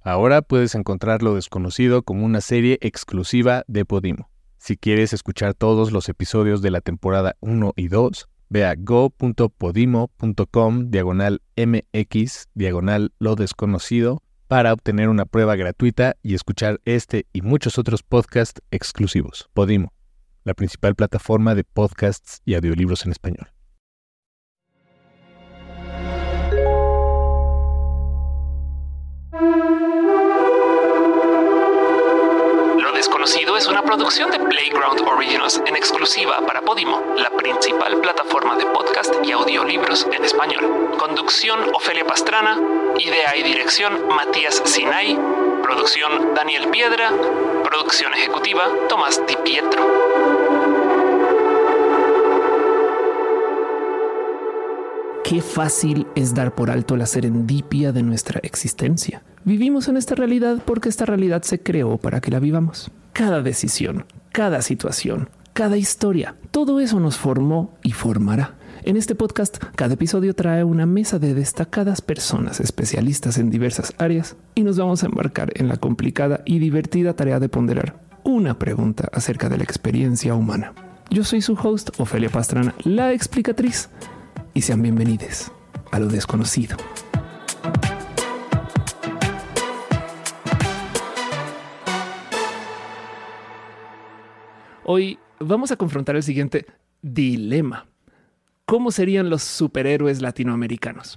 Ahora puedes encontrar Lo Desconocido como una serie exclusiva de Podimo. Si quieres escuchar todos los episodios de la temporada 1 y 2, ve a go.podimo.com/mx/Lo Desconocido para obtener una prueba gratuita y escuchar este y muchos otros podcasts exclusivos. Podimo, la principal plataforma de podcasts y audiolibros en español. Lo Desconocido es una producción de Playground Originals en exclusiva para Podimo, la principal plataforma de podcast y audiolibros en español. Conducción: Ofelia Pastrana. Idea y dirección: Matías Sinay. Producción: Daniel Piedra. Producción ejecutiva: Tomás Di Pietro. Qué fácil es dar por alto la serendipia de nuestra existencia. Vivimos en esta realidad porque esta realidad se creó para que la vivamos. Cada decisión, cada situación, cada historia, todo eso nos formó y formará. En este podcast, cada episodio trae una mesa de destacadas personas especialistas en diversas áreas y nos vamos a embarcar en la complicada y divertida tarea de ponderar una pregunta acerca de la experiencia humana. Yo soy su host, Ofelia Pastrana, la explicatriz, y sean bienvenidos a Lo Desconocido. Hoy vamos a confrontar el siguiente dilema. ¿Cómo serían los superhéroes latinoamericanos?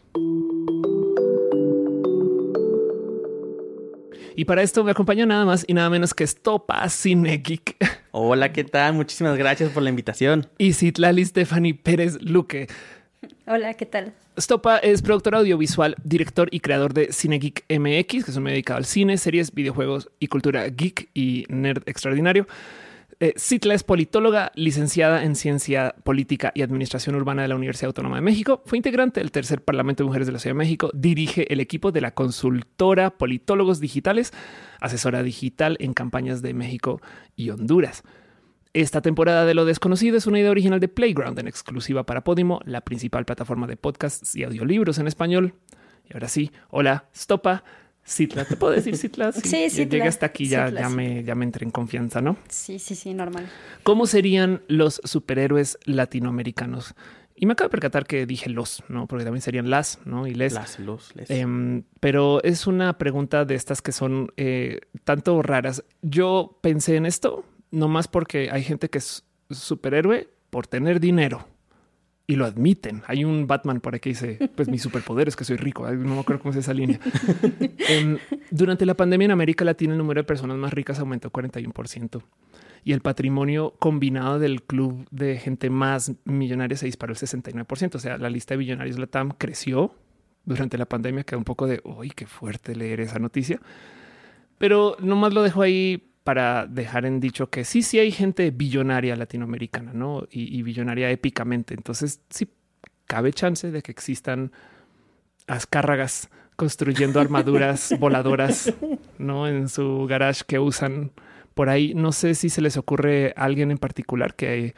Y para esto me acompaña nada más y nada menos que Stopa Cinegeek. Hola, ¿qué tal? Muchísimas gracias por la invitación. Y Citlali Stephanie Pérez Luque. Hola, ¿qué tal? Stopa es productor audiovisual, director y creador de Cinegeek MX, que es un medio dedicado al cine, series, videojuegos y cultura geek y nerd extraordinario. Citla es politóloga, licenciada en Ciencia Política y Administración Urbana de la Universidad Autónoma de México. Fue integrante del tercer Parlamento de Mujeres de la Ciudad de México. Dirige el equipo de la consultora Politólogos Digitales, asesora digital en campañas de México y Honduras. Esta temporada de Lo Desconocido es una idea original de Playground en exclusiva para Podimo, la principal plataforma de podcasts y audiolibros en español. Y ahora sí, hola, Stopa. Citla, ¿te puedo decir Citla? Sí, Citla. Llegué hasta aquí, Citla, ya me entré en confianza, ¿no? Sí, normal. ¿Cómo serían los superhéroes latinoamericanos? Y me acabo de percatar que dije los, ¿no? Porque también serían las, ¿no? Y les. Les. Pero es una pregunta de estas que son tanto raras. Yo pensé en esto nomás porque hay gente que es superhéroe por tener dinero. Y lo admiten. Hay un Batman por aquí que dice, pues mi superpoder es que soy rico. No me acuerdo cómo es esa línea. Durante la pandemia en América Latina el número de personas más ricas aumentó 41%. Y el patrimonio combinado del club de gente más millonaria se disparó el 69%. O sea, la lista de billonarios LATAM creció durante la pandemia. Queda un poco de, uy, qué fuerte leer esa noticia. Pero nomás lo dejo ahí para dejar en dicho que sí hay gente billonaria latinoamericana, ¿no? Y billonaria épicamente. Entonces sí cabe chance de que existan azcárragas construyendo armaduras voladoras, ¿no? En su garage que usan por ahí. No sé si se les ocurre a alguien en particular que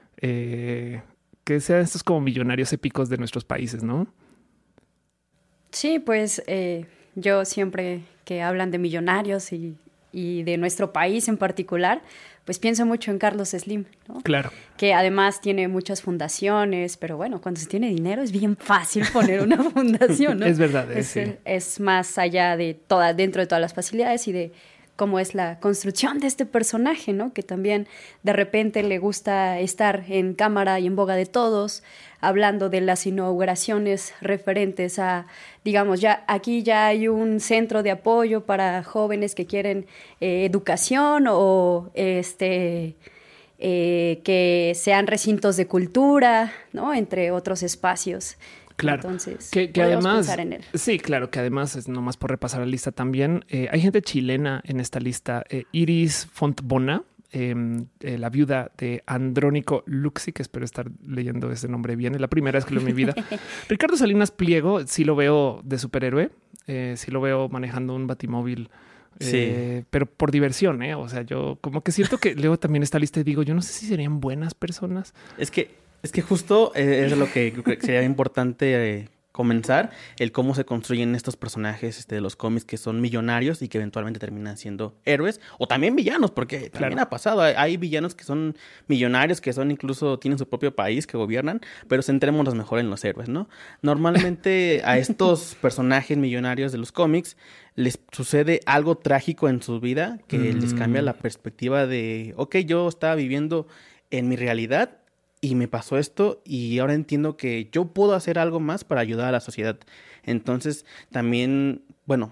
sean estos como millonarios épicos de nuestros países, ¿no? Sí, pues yo siempre que hablan de millonarios y de nuestro país en particular, pues pienso mucho en Carlos Slim, ¿no? Claro. Que además tiene muchas fundaciones, pero bueno, cuando se tiene dinero es bien fácil poner una fundación, ¿no? Es verdad. Es más allá de dentro de todas las facilidades y de cómo es la construcción de este personaje, ¿no? Que también de repente le gusta estar en cámara y en boga de todos, hablando de las inauguraciones referentes a, digamos, ya aquí ya hay un centro de apoyo para jóvenes que quieren educación o que sean recintos de cultura, ¿no? Entre otros espacios. Claro, entonces que además, pensar en él. Sí, claro, que además es nomás por repasar la lista también. Hay gente chilena en esta lista. Iris Fontbona, la viuda de Andrónico Luxi, que espero estar leyendo ese nombre bien. Es la primera vez que lo veo en mi vida. Ricardo Salinas Pliego, sí lo veo de superhéroe. Sí lo veo manejando un batimóvil. Pero por diversión, o sea, yo como que siento que leo también esta lista y digo, yo no sé si serían buenas personas. Es que justo es lo que creo que sería importante comenzar el cómo se construyen estos personajes de los cómics que son millonarios y que eventualmente terminan siendo héroes o también villanos, porque también ha pasado. Hay villanos que son millonarios, que son incluso tienen su propio país, que gobiernan, pero centrémonos mejor en los héroes, ¿no? Normalmente a estos personajes millonarios de los cómics les sucede algo trágico en su vida que les cambia la perspectiva de, ok, yo estaba viviendo en mi realidad y me pasó esto y ahora entiendo que yo puedo hacer algo más para ayudar a la sociedad. Entonces, también, bueno,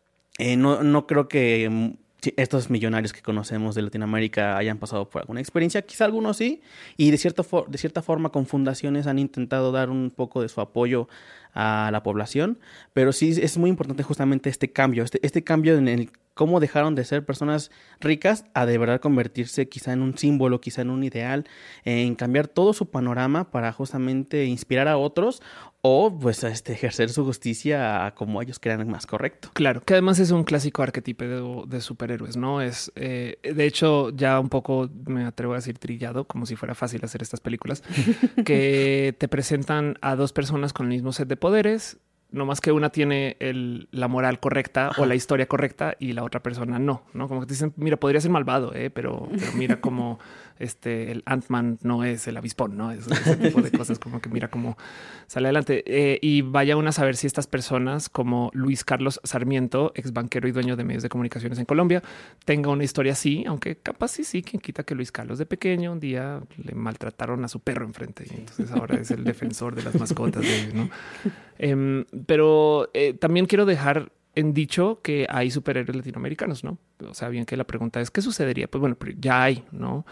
no creo que estos millonarios que conocemos de Latinoamérica hayan pasado por alguna experiencia. Quizá algunos sí, y de cierta forma con fundaciones han intentado dar un poco de su apoyo a la población, pero sí es muy importante justamente este cambio en el cómo dejaron de ser personas ricas a de verdad convertirse quizá en un símbolo, quizá en un ideal, en cambiar todo su panorama para justamente inspirar a otros o pues ejercer su justicia a como ellos crean más correcto. Claro, que además es un clásico arquetipo de superhéroes, ¿no? Es, de hecho, ya un poco me atrevo a decir trillado, como si fuera fácil hacer estas películas, que te presentan a dos personas con el mismo set de poderes, no más que una tiene la moral correcta o la historia correcta y la otra persona no, ¿no? Como que te dicen, mira, podría ser malvado, pero mira cómo el Ant-Man no es el avispón, ¿no? Ese tipo de cosas, como que mira cómo sale adelante. Y vaya uno a saber si estas personas como Luis Carlos Sarmiento, ex banquero y dueño de medios de comunicaciones en Colombia, tenga una historia así, aunque capaz sí, quien quita que Luis Carlos de pequeño un día le maltrataron a su perro enfrente y entonces ahora es el defensor de las mascotas, ¿no? Pero también quiero dejar en dicho que hay superhéroes latinoamericanos, ¿no? O sea, bien que la pregunta es ¿qué sucedería? Pues bueno, ya hay, ¿no?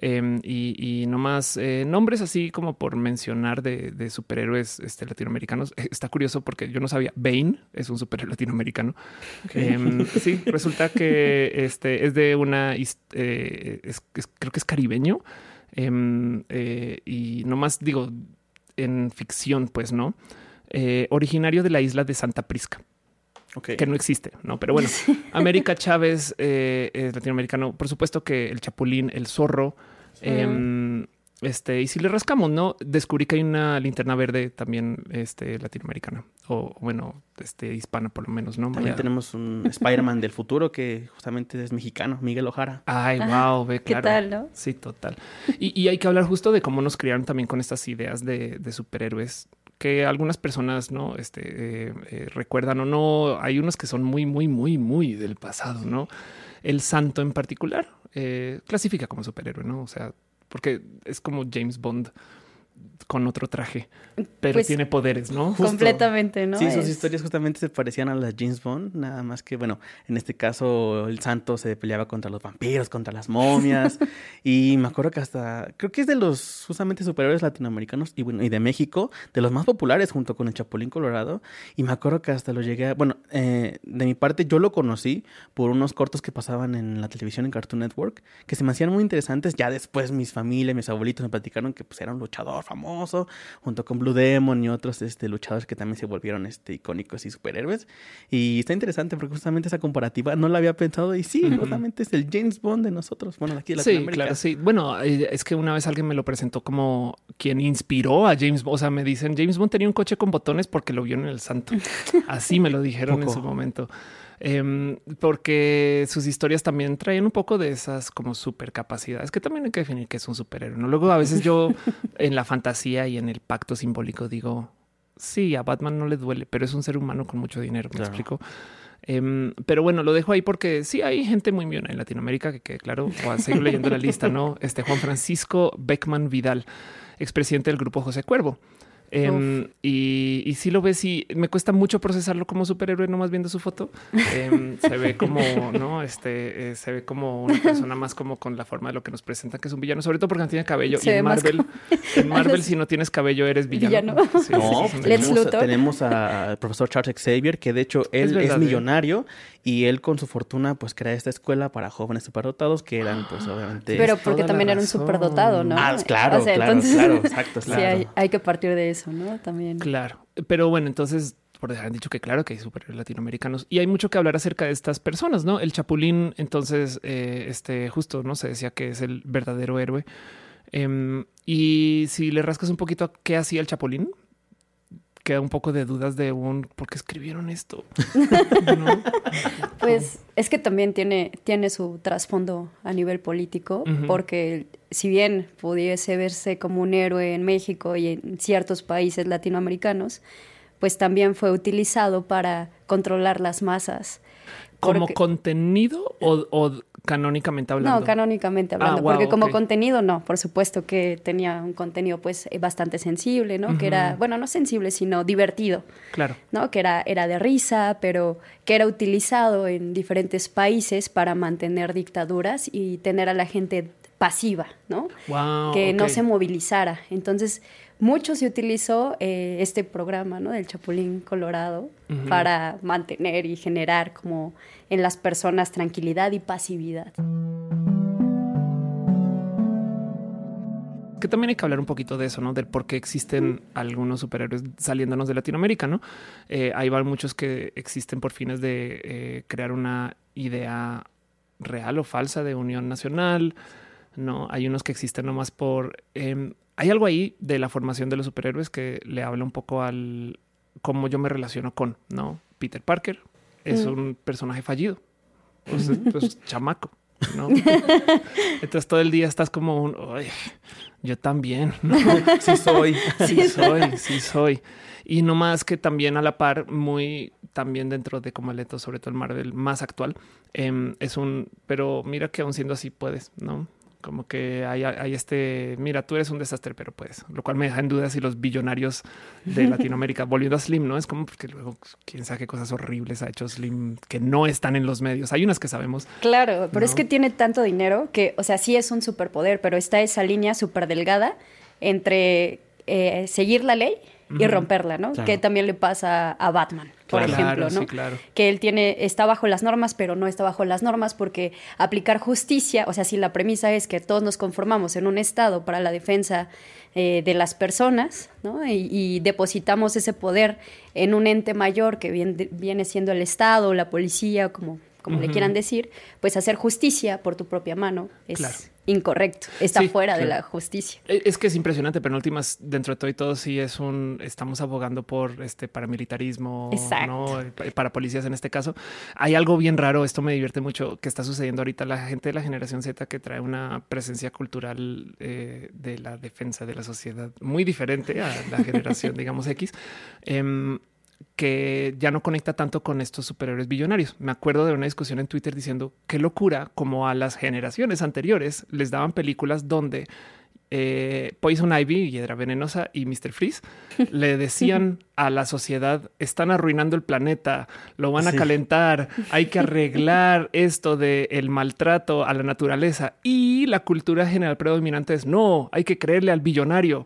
Y no más nombres así como por mencionar de superhéroes latinoamericanos. Está curioso porque yo no sabía. Bane es un superhéroe latinoamericano. Okay. Sí, resulta que es de una creo que es caribeño. Y no más digo en ficción, pues no. Originario de la isla de Santa Prisca. Okay. Que no existe, ¿no? Pero bueno, América Chávez es latinoamericano. Por supuesto que el Chapulín, el Zorro. Y si le rascamos, ¿no? Descubrí que hay una linterna verde también latinoamericana. O bueno, hispana por lo menos, ¿no? También tenemos un Spider-Man del futuro que justamente es mexicano, Miguel Ojara. Ay, wow, ve, claro. ¿Qué tal, no? Sí, total. Y hay que hablar justo de cómo nos criaron también con estas ideas de superhéroes que algunas personas no recuerdan o no. Hay unos que son muy, muy, muy, muy del pasado, ¿no? El Santo en particular clasifica como superhéroe, ¿no? O sea, porque es como James Bond con otro traje, pero pues, tiene poderes, ¿no? Justo. Completamente, ¿no? Sí, sus historias justamente se parecían a las James Bond, nada más que, bueno, en este caso el Santo se peleaba contra los vampiros, contra las momias, y me acuerdo que hasta, creo que es de los justamente superhéroes latinoamericanos y bueno, y de México, de los más populares junto con el Chapulín Colorado, y me acuerdo que hasta lo llegué a, bueno, de mi parte yo lo conocí por unos cortos que pasaban en la televisión en Cartoon Network, que se me hacían muy interesantes. Ya después mis familias, mis abuelitos me platicaron que pues era un luchador famoso, junto con Blue Demon y otros luchadores que también se volvieron icónicos y superhéroes. Y está interesante porque justamente esa comparativa no la había pensado y sí, justamente es el James Bond de nosotros. Bueno, aquí en Latinoamérica. Sí, claro, sí. Bueno, es que una vez alguien me lo presentó como quien inspiró a James Bond. O sea, me dicen James Bond tenía un coche con botones porque lo vio en El Santo. Así me lo dijeron en su momento. Porque sus historias también traen un poco de esas como super capacidades que también hay que definir que es un superhéroe, ¿no? Luego a veces yo en la fantasía y en el pacto simbólico digo, sí, a Batman no le duele, pero es un ser humano con mucho dinero, ¿me explico? Pero bueno, lo dejo ahí porque sí hay gente muy millonaria en Latinoamérica que claro, o a seguir leyendo la lista, ¿no? Juan Francisco Beckman Vidal, expresidente del grupo José Cuervo. Y si lo ves y me cuesta mucho procesarlo como superhéroe nomás viendo su foto. Se ve como no se ve como una persona más como con la forma de lo que nos presenta que es un villano, sobre todo porque no tiene cabello. Y en Marvel si no tienes cabello eres villano. Sí, no, tenemos al profesor Charles Xavier, que de hecho él es millonario y él con su fortuna pues crea esta escuela para jóvenes superdotados que eran pues obviamente. Pero porque también era un superdotado, ¿no? Claro, o sea, entonces, claro, exacto. Sí, hay que partir de eso, ¿no? También. Claro, pero bueno, entonces por dejar han dicho que claro que hay superhéroes latinoamericanos y hay mucho que hablar acerca de estas personas, ¿no? El Chapulín, entonces, justo no se decía que es el verdadero héroe. Y si le rascas un poquito a qué hacía el Chapulín, queda un poco de dudas de ¿por qué escribieron esto? ¿No? Pues es que también tiene su trasfondo a nivel político, porque si bien pudiese verse como un héroe en México y en ciertos países latinoamericanos, pues también fue utilizado para controlar las masas. ¿Como contenido o canónicamente hablando? No, canónicamente hablando, porque como contenido no, por supuesto que tenía un contenido pues bastante sensible, ¿no? Que era, bueno, no sensible, sino divertido. Claro. ¿No? Que era de risa, pero que era utilizado en diferentes países para mantener dictaduras y tener a la gente pasiva, ¿no? Wow, que no se movilizara. Entonces, mucho se utilizó este programa, ¿no? Del Chapulín Colorado para mantener y generar como en las personas tranquilidad y pasividad. Que también hay que hablar un poquito de eso, ¿no? Del por qué existen algunos superhéroes saliéndonos de Latinoamérica, ¿no? Hay muchos que existen por fines de crear una idea real o falsa de unión nacional, ¿no? Hay unos que existen nomás por... hay algo ahí de la formación de los superhéroes que le habla un poco al cómo yo me relaciono con, ¿no? Peter Parker es un personaje fallido, pues chamaco, ¿no? Entonces todo el día estás como yo también, ¿no? Sí soy. Y no más que también a la par, muy también dentro de como el eto, sobre todo el Marvel más actual, pero mira que aún siendo así puedes, ¿no? Como que hay mira, tú eres un desastre, pero puedes, lo cual me deja en duda si los billonarios de Latinoamérica, volviendo a Slim, ¿no? Es como porque luego quién sabe qué cosas horribles ha hecho Slim que no están en los medios. Hay unas que sabemos. Claro, pero es que tiene tanto dinero que, o sea, sí es un superpoder, pero está esa línea súper delgada entre seguir la ley y romperla, ¿no? Claro. Que también le pasa a Batman, por ejemplo, ¿no? Sí, claro. Que él está bajo las normas, pero no está bajo las normas porque aplicar justicia, o sea, si la premisa es que todos nos conformamos en un estado para la defensa de las personas, ¿no? Y depositamos ese poder en un ente mayor que viene siendo el Estado, la policía, como le quieran decir, pues hacer justicia por tu propia mano es incorrecto, está fuera de la justicia. Es que es impresionante, pero en últimas, dentro de todo y todo, sí estamos abogando por paramilitarismo, ¿no? Para policías en este caso. Hay algo bien raro, esto me divierte mucho, que está sucediendo ahorita. La gente de la generación Z que trae una presencia cultural de la defensa de la sociedad muy diferente a la generación, digamos, X. Que ya no conecta tanto con estos superhéroes billonarios. Me acuerdo de una discusión en Twitter diciendo qué locura como a las generaciones anteriores les daban películas donde Poison Ivy, Hiedra Venenosa y Mr. Freeze le decían a la sociedad: están arruinando el planeta, lo van a calentar, hay que arreglar esto de el maltrato a la naturaleza, y la cultura general predominante es no, hay que creerle al billonario.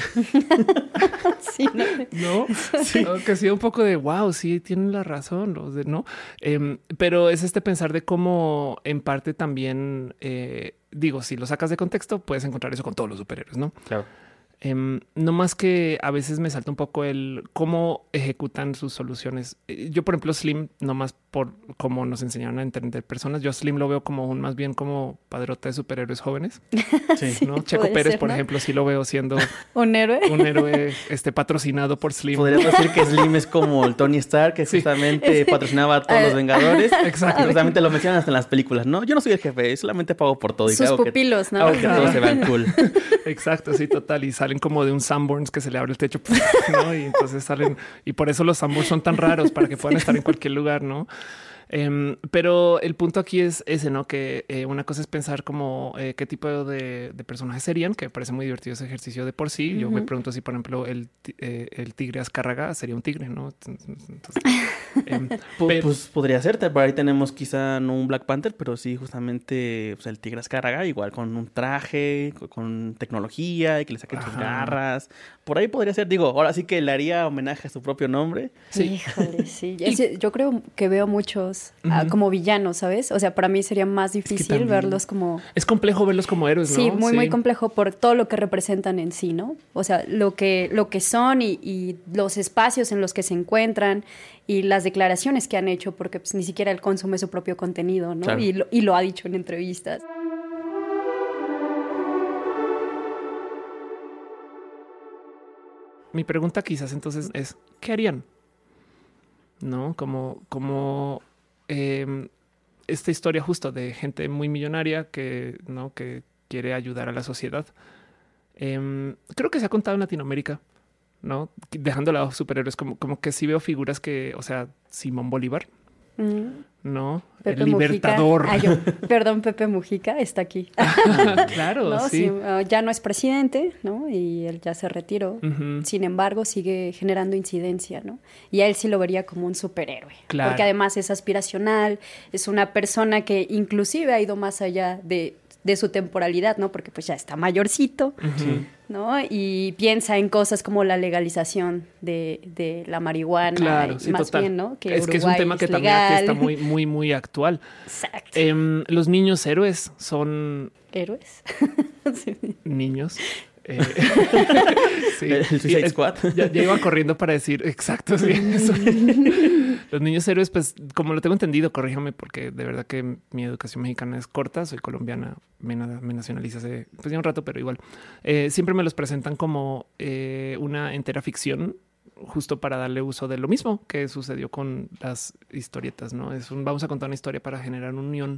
Sí, ¿no? Sí. Que ha sido un poco de wow, sí, tienen la razón, ¿no? Pero es pensar de cómo en parte también, digo, si lo sacas de contexto, puedes encontrar eso con todos los superhéroes, ¿no? Claro. No más que a veces me salta un poco el cómo ejecutan sus soluciones. Yo, por ejemplo, Slim, no más por cómo nos enseñaron a entender personas. Yo Slim lo veo como más bien como padrota de superhéroes jóvenes. Sí, ¿no? Checo Pérez, ser, por ejemplo, sí lo veo siendo un héroe. Un héroe patrocinado por Slim. Podríamos decir que Slim es como el Tony Stark, que justamente patrocinaba a todos los Vengadores. Exacto. Justamente lo mencionan hasta en las películas, ¿no? Yo no soy el jefe, solamente pago por todo. Sus pupilos, ¿no? Hago que todos se vean cool. Exacto, sí, total. Y salen como de un Sanborns que se le abre el techo, ¿no? Y entonces salen, y por eso los Sanborns son tan raros, para que puedan estar en cualquier lugar, ¿no? Pero el punto aquí es ese, ¿no? Que una cosa es pensar como qué tipo de personajes serían, que parece muy divertido ese ejercicio de por sí. Yo me pregunto si, por ejemplo, el tigre Azcárraga sería un tigre, ¿no? Entonces, pues podría ser. Por ahí tenemos quizá no un Black Panther, pero sí justamente el tigre Azcárraga, igual con un traje, con tecnología y que le saquen sus garras. Por ahí podría ser. Digo, ahora sí que le haría homenaje a su propio nombre. Sí. Híjole, sí. Yo creo que veo muchos como villanos, ¿sabes? O sea, para mí sería más difícil verlos como... Es complejo verlos como héroes, ¿no? Sí, muy complejo por todo lo que representan en sí, ¿no? O sea, lo que son y los espacios en los que se encuentran y las declaraciones que han hecho, porque pues, ni siquiera él consume su propio contenido, ¿no? Claro. Y lo ha dicho en entrevistas. mi pregunta quizás entonces es, ¿qué harían? ¿No? Como esta historia justo de gente muy millonaria que quiere ayudar a la sociedad. Creo que se ha contado en Latinoamérica, ¿no? Dejando de lado superhéroes, como que sí veo figuras que, o sea, Simón Bolívar, ¿no? Pepe El libertador. Perdón, Pepe Mujica está aquí. Claro, ¿no? sí. Ya no es presidente, ¿no? Y él ya se retiró. Sin embargo, sigue generando incidencia, ¿no? Y a él sí lo vería como un superhéroe. Claro. Porque además es aspiracional, es una persona que inclusive ha ido más allá de su temporalidad, ¿no? Porque pues ya está mayorcito, ¿no? Y piensa en cosas como la legalización de la marihuana, Claro, sí, más total. bien, ¿no? Que es un tema que también legal. aquí está muy, muy, muy actual. Exacto. Los niños héroes son ¿Héroes? Sí. niños. Sí. El Suicide Squad. Ya iba corriendo para decir exacto. Sí, eso. Los niños héroes, pues como lo tengo entendido, corríjame, porque de verdad que mi educación mexicana es corta. Soy colombiana, me nacionalicé hace pues ya un rato, pero igual siempre me los presentan como una entera ficción, justo para darle uso de lo mismo que sucedió con las historietas. No es vamos a contar una historia para generar una unión.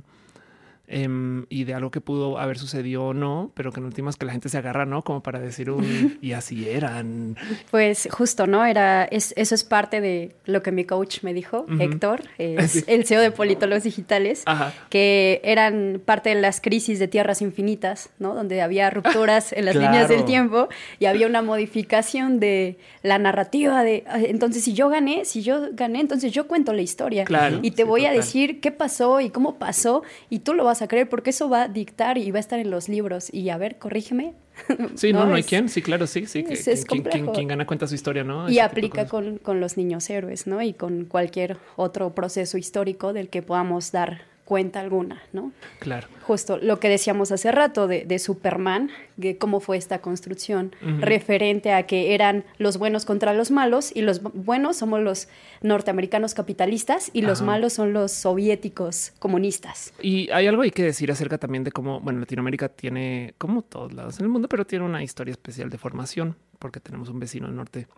Y de algo que pudo haber sucedido o no, pero que en últimas que la gente se agarra, ¿no? Como para decir y así eran. Pues justo, ¿no? Eso es parte de lo que mi coach me dijo, Héctor, es el CEO de Politólogos Digitales, que eran parte de las crisis de tierras infinitas, ¿no? Donde había rupturas en las líneas del tiempo y había una modificación de la narrativa de, entonces si yo gané, entonces yo cuento la historia. Claro, y te voy a total. decir qué pasó y cómo pasó y tú lo vas a creer porque eso va a dictar y va a estar en los libros. Y a ver, corrígeme. Sí, no hay quien. Sí, claro, sí. Es complejo. Quien gana cuenta su historia, ¿no? Y aplica con los niños héroes, ¿no? Y con cualquier otro proceso histórico del que podamos dar cuenta alguna, ¿no? Claro. Justo lo que decíamos hace rato de Superman, de cómo fue esta construcción referente a que eran los buenos contra los malos y los buenos somos los norteamericanos capitalistas y los malos son los soviéticos comunistas. Y hay algo hay que decir acerca también de cómo, bueno, Latinoamérica tiene, como todos lados en el mundo, pero tiene una historia especial de formación porque tenemos un vecino al norte.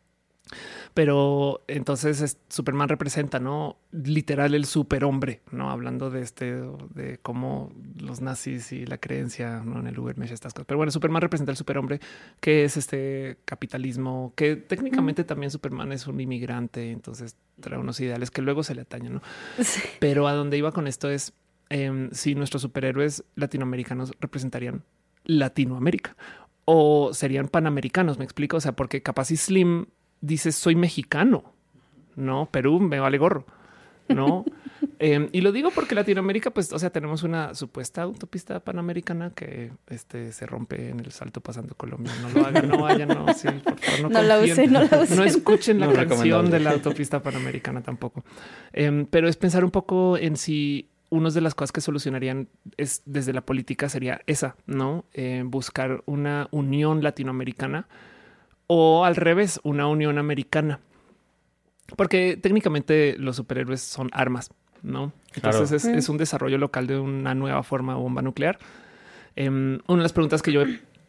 Pero entonces Superman representa, ¿no? Literal el superhombre, ¿no? Hablando de cómo los nazis y la creencia, ¿no? En el Ubermensch, estas cosas. Pero bueno, Superman representa el superhombre, que es este capitalismo, que técnicamente también Superman es un inmigrante, entonces trae unos ideales que luego se le atañen, ¿no? Sí. Pero a donde iba con esto es si nuestros superhéroes latinoamericanos representarían Latinoamérica o serían panamericanos, me explico, o sea, porque capaz y Slim dice soy mexicano, no Perú me vale gorro, no. Y lo digo porque Latinoamérica, pues, o sea, tenemos una supuesta autopista panamericana que se rompe en el Salto pasando Colombia. No lo hagan, no vayan, no, sí, por favor, no la usen. No escuchen la canción de la autopista panamericana tampoco. Pero es pensar un poco en si una de las cosas que solucionarían es desde la política sería esa, ¿no? Buscar una unión latinoamericana o al revés, una unión americana. Porque técnicamente los superhéroes son armas, ¿no? Entonces claro. es un desarrollo local de una nueva forma de bomba nuclear. Una de las preguntas que yo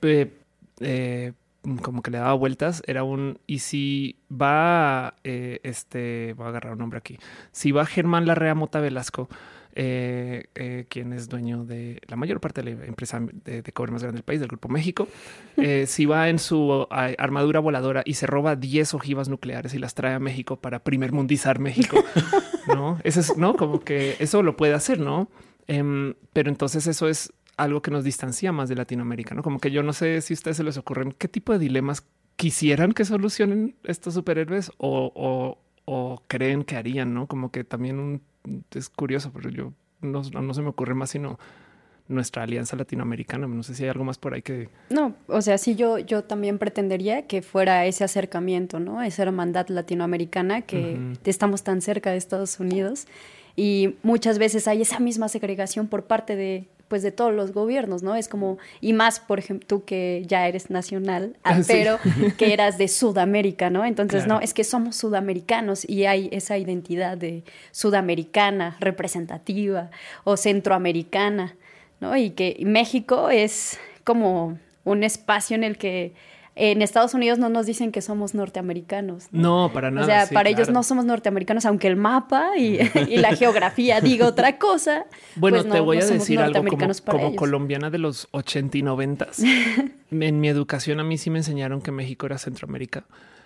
como que le daba vueltas era ¿y si va voy a agarrar un nombre aquí, si va Germán Larrea Mota Velasco, quien es dueño de la mayor parte de la empresa de cobre más grande del país, del Grupo México, si va en su armadura voladora y se roba 10 ojivas nucleares y las trae a México para primermundizar México, ¿no? Eso es, ¿no? Como que eso lo puede hacer, ¿no? Pero entonces eso es algo que nos distancia más de Latinoamérica, ¿no? Como que yo no sé si a ustedes se les ocurren qué tipo de dilemas quisieran que solucionen estos superhéroes o creen que harían, ¿no? Como que también es curioso, pero yo no se me ocurre más sino nuestra alianza latinoamericana. No sé si hay algo más por ahí que... No, o sea, sí yo también pretendería que fuera ese acercamiento, ¿no? Esa hermandad latinoamericana que estamos tan cerca de Estados Unidos y muchas veces hay esa misma segregación por parte de todos los gobiernos, ¿no? Es como, y más, por ejemplo, tú que ya eres nacional, pero que eras de Sudamérica, ¿no? Entonces, claro. No, es que somos sudamericanos y hay esa identidad de sudamericana, representativa o centroamericana, ¿no? Y que México es como un espacio en el que En Estados Unidos no nos dicen que somos norteamericanos. No, para nada. O sea, sí, para claro. ellos no somos norteamericanos, aunque el mapa y la geografía diga otra cosa. Bueno, pues te voy a somos decir algo norteamericanos para como ellos. colombiana de los 80 y 90. En mi educación a mí sí me enseñaron que México era Centroamérica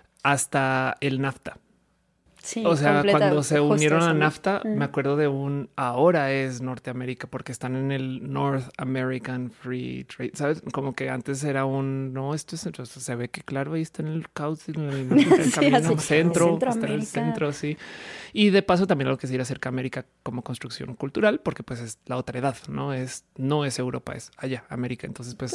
hasta el NAFTA. Sí, O sea, completa, cuando se justo unieron eso, a ¿no? NAFTA, me acuerdo de ahora es Norteamérica porque están en el North American Free Trade. ¿Sabes? Como que antes era esto se ve que claro, ahí está en el cauce, en el camino así, centro, está en el Centroamérica. centro, sí. Y de paso también lo que se irá acerca a América como construcción cultural, porque pues es la otra edad, no es Europa, es allá, América. Entonces, pues,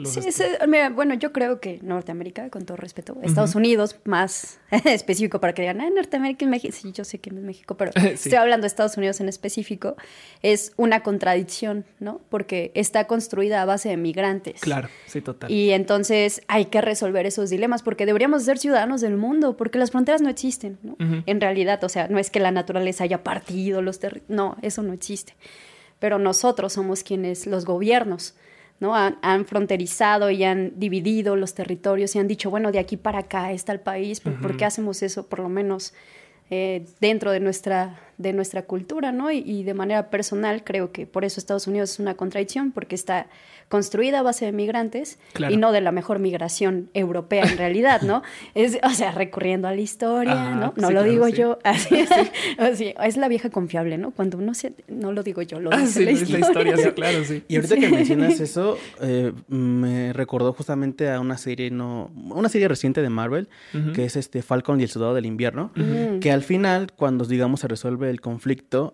mira, bueno, yo creo que Norteamérica, con todo respeto, Estados Unidos más específico para que digan, Norteamérica y México. Sí, yo sé que no es México, pero Sí. estoy hablando de Estados Unidos en específico. Es una contradicción, ¿no? Porque está construida a base de migrantes. Claro, sí, total. Y entonces hay que resolver esos dilemas porque deberíamos ser ciudadanos del mundo, porque las fronteras no existen, ¿no? En realidad, o sea, no es que la naturaleza haya partido los territorios, no, eso no existe. Pero nosotros somos quienes, los gobiernos, ¿no? Han fronterizado y han dividido los territorios y han dicho, bueno, de aquí para acá está el país, ¿por qué hacemos eso? Por lo menos dentro de nuestra cultura, ¿no? Y de manera personal creo que por eso Estados Unidos es una contradicción, porque está construida a base de migrantes Claro. y no de la mejor migración europea en realidad, ¿no? O sea, recurriendo a la historia, Ajá, ¿no? No sí, lo claro, digo sí. yo, así, es la vieja confiable, ¿no? Cuando uno no lo digo yo, lo dice sí, la es historia. la historia, sí, claro, sí. Y ahorita que mencionas eso, me recordó justamente a una serie reciente de Marvel, que es Falcon y el Soldado del Invierno, que al final, cuando digamos se resuelve el conflicto,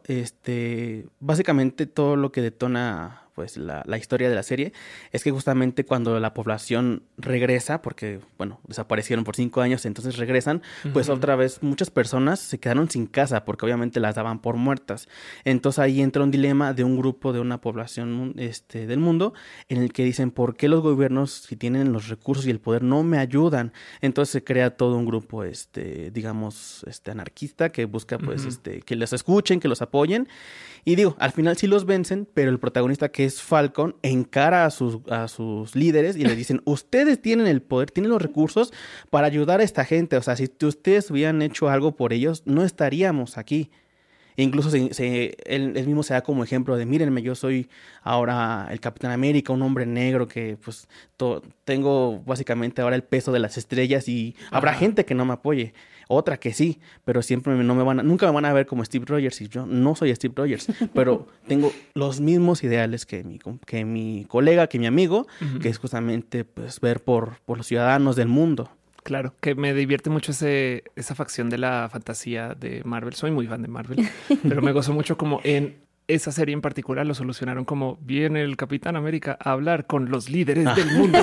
básicamente todo lo que detona pues la historia de la serie es que justamente cuando la población regresa, porque bueno, desaparecieron por 5 años, entonces regresan, pues otra vez muchas personas se quedaron sin casa porque obviamente las daban por muertas. Entonces ahí entra un dilema de un grupo de una población del mundo en el que dicen, ¿por qué los gobiernos, si tienen los recursos y el poder, no me ayudan? Entonces se crea todo un grupo digamos anarquista que busca pues que los escuchen, que los apoyen. Y digo, al final sí los vencen, pero el protagonista, que es Falcon, encara a sus líderes y les dicen, ustedes tienen el poder, tienen los recursos para ayudar a esta gente. O sea, si ustedes hubieran hecho algo por ellos, no estaríamos aquí. E incluso él mismo se da como ejemplo de, mírenme, yo soy ahora el Capitán América, un hombre negro que pues tengo básicamente ahora el peso de las estrellas y habrá gente que no me apoye. Otra que sí, pero siempre nunca me van a ver como Steve Rogers y yo no soy Steve Rogers, pero tengo los mismos ideales que mi colega, que mi amigo, que es justamente pues ver por los ciudadanos del mundo. Claro, que me divierte mucho esa facción de la fantasía de Marvel. Soy muy fan de Marvel, pero me gozo mucho como en esa serie en particular lo solucionaron como viene el Capitán América a hablar con los líderes del mundo.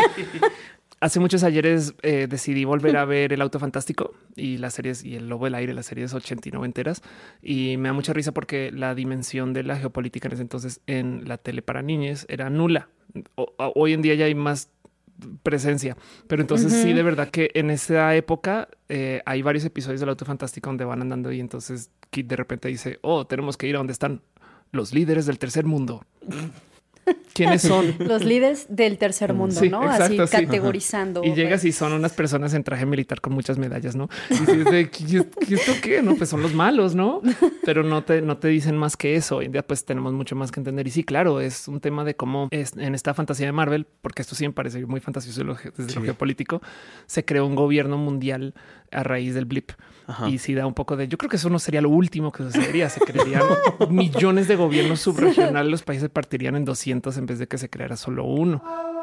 Hace muchos ayeres decidí volver a ver El Auto Fantástico y las series y El Lobo del Aire, las series 80 y 90, y me da mucha risa porque la dimensión de la geopolítica en ese entonces en la tele para niñes era nula. Hoy en día ya hay más presencia, pero entonces sí, de verdad que en esa época hay varios episodios del Auto Fantástico donde van andando y entonces Kid de repente dice, tenemos que ir a donde están los líderes del tercer mundo. ¿Quiénes son? Los líderes del tercer mundo, Sí, ¿no? exacto, así sí. categorizando. Y llegas y son unas personas en traje militar con muchas medallas, ¿no? Y dices, ¿qué esto qué? No, pues son los malos, ¿no? Pero no te dicen más que eso. Hoy en día pues tenemos mucho más que entender. Y sí, claro, es un tema de cómo en esta fantasía de Marvel, porque esto sí me parece muy fantasioso desde lo geopolítico, se creó un gobierno mundial a raíz del blip. Ajá. Y sí da un poco de... Yo creo que eso no sería lo último que sucedería. Se crearían millones de gobiernos subregionales. Los países partirían en 200 en vez de que se creara solo uno.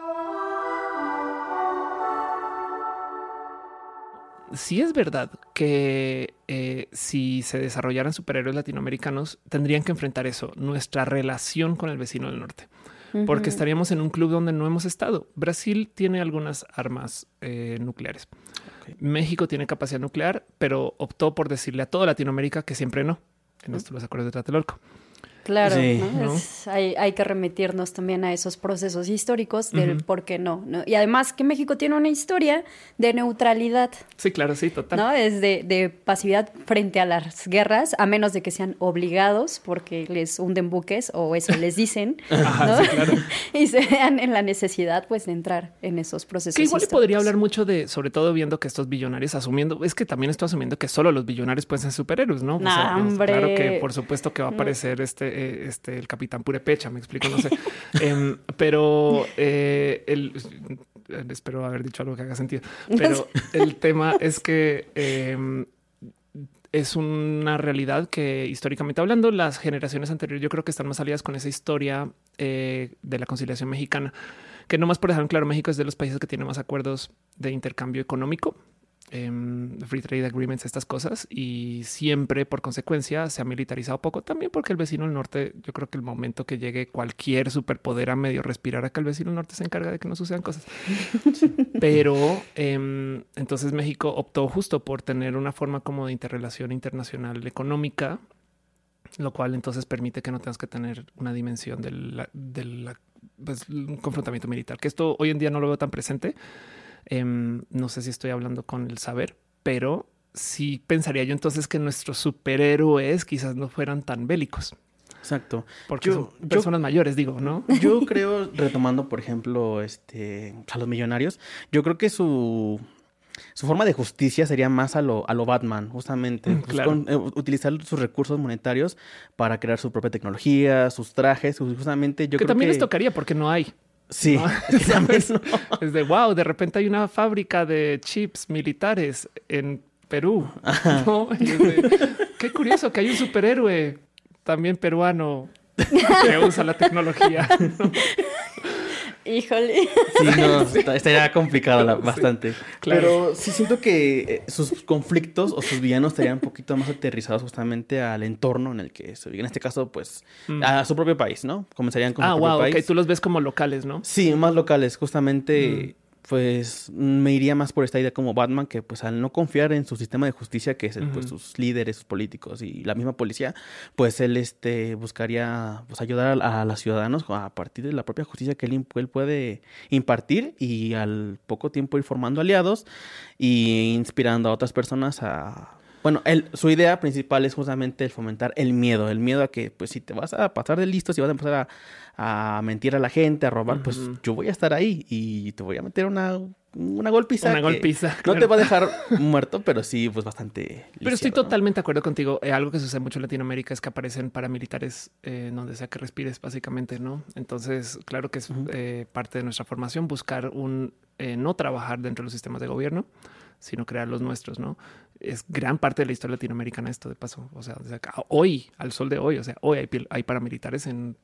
Sí es verdad que si se desarrollaran superhéroes latinoamericanos, tendrían que enfrentar eso, nuestra relación con el vecino del norte. Porque estaríamos en un club donde no hemos estado. Brasil tiene algunas armas nucleares. Okay. México tiene capacidad nuclear, pero optó por decirle a toda Latinoamérica que siempre no. En esto los acuerdos de Tlatelolco. Claro, Sí, ¿no? Hay que remitirnos también a esos procesos históricos del por qué no, ¿no? Y además que México tiene una historia de neutralidad. Sí, claro, sí, total. ¿No? Es de pasividad frente a las guerras, a menos de que sean obligados porque les hunden buques o eso les dicen, ¿no? Sí, claro. Y se vean en la necesidad pues de entrar en esos procesos Que igual históricos. podría hablar mucho de, sobre todo viendo que estos billonarios asumiendo, es que también estoy asumiendo que solo los billonarios pueden ser superhéroes, ¿no? Nah, hombre. Claro que por supuesto que va a aparecer el Capitán Purepecha, me explico, no sé. Pero espero haber dicho algo que haga sentido. Pero el tema es que es una realidad que históricamente hablando, las generaciones anteriores yo creo que están más aliadas con esa historia de la conciliación mexicana, que nomás por dejar en claro, México es de los países que tiene más acuerdos de intercambio económico, free trade agreements, estas cosas, y siempre por consecuencia se ha militarizado poco también porque el vecino del norte, yo creo que el momento que llegue cualquier superpoder a medio respirar acá, el vecino del norte se encarga de que no sucedan cosas. Pero entonces México optó justo por tener una forma como de interrelación internacional económica, lo cual entonces permite que no tengas que tener una dimensión pues, un confrontamiento militar, que esto hoy en día no lo veo tan presente. No sé si estoy hablando con el saber, pero sí pensaría yo entonces que nuestros superhéroes quizás no fueran tan bélicos. Exacto. Porque son personas mayores, digo, ¿no? Yo creo, retomando, por ejemplo, a los millonarios, yo creo que su forma de justicia sería más a lo Batman, justamente. Claro. Utilizar sus recursos monetarios para crear su propia tecnología, sus trajes, justamente yo que creo también que les tocaría porque no hay. Sí, ¿no? es que también ¿Sabes? no. Es de wow, de repente hay una fábrica de chips militares en Perú. ¿No? Y es de, qué curioso que hay un superhéroe también peruano que usa la tecnología. Híjole. Sí, no, estaría complicado bastante. claro. Pero sí siento que sus conflictos o sus villanos estarían un poquito más aterrizados justamente al entorno en el que se vive. En este caso, pues, a su propio país, ¿no? Comenzarían con su propio país. Ok, tú los ves como locales, ¿no? Sí, más locales. Justamente, pues, me iría más por esta idea como Batman, que pues al no confiar en su sistema de justicia, que es pues, sus líderes, sus políticos y la misma policía, pues él buscaría pues ayudar a los ciudadanos a partir de la propia justicia que él puede impartir y al poco tiempo ir formando aliados y inspirando a otras personas a... Bueno, su idea principal es justamente el fomentar el miedo a que, pues, si te vas a pasar de listo, si vas a empezar a mentir a la gente, a robar, pues yo voy a estar ahí y te voy a meter una golpiza. Una golpiza. No te va a dejar muerto, pero sí, pues bastante. Pero estoy lisiado, ¿no? totalmente de acuerdo contigo. Algo que sucede mucho en Latinoamérica es que aparecen paramilitares donde sea que respires, básicamente, ¿no? Entonces, claro que es parte de nuestra formación buscar no trabajar dentro de los sistemas de gobierno, sino crear los nuestros, ¿no? Es gran parte de la historia latinoamericana esto, de paso. O sea, hoy, al sol de hoy, o sea, hoy hay paramilitares en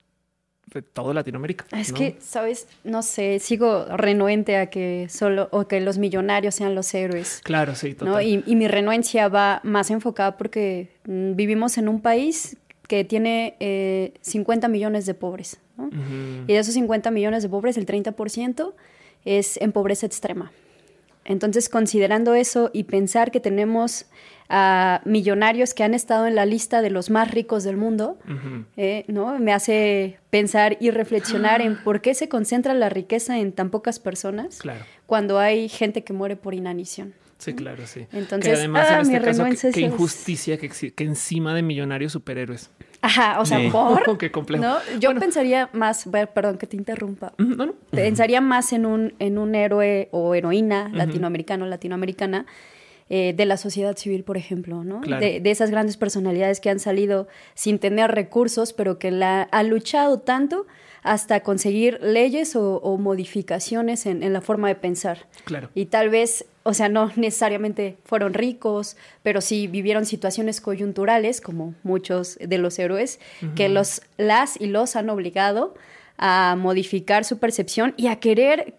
toda Latinoamérica. Es ¿no? que, ¿sabes? No sé, sigo renuente a que que los millonarios sean los héroes. Claro, sí, total. ¿No? Y mi renuencia va más enfocada porque vivimos en un país que tiene 50 millones de pobres, ¿no? Y de esos 50 millones de pobres, el 30% es en pobreza extrema. Entonces, considerando eso y pensar que tenemos a millonarios que han estado en la lista de los más ricos del mundo, ¿no? Me hace pensar y reflexionar en por qué se concentra la riqueza en tan pocas personas, claro, cuando hay gente que muere por inanición. Sí, claro, sí. Entonces, que además en mi este caso, renuencia qué es- injusticia que encima de millonarios superhéroes. Ajá, o sea, Sí. por... Qué complejo. ¿no? Yo Bueno. pensaría más, perdón que te interrumpa, No. pensaría más en un héroe o heroína latinoamericano, latinoamericana, de la sociedad civil, por ejemplo, ¿no? Claro. De esas grandes personalidades que han salido sin tener recursos, pero que han luchado tanto hasta conseguir leyes o modificaciones en la forma de pensar. Claro. Y tal vez, o sea, no necesariamente fueron ricos, pero sí vivieron situaciones coyunturales, como muchos de los héroes, que los han obligado a modificar su percepción y a querer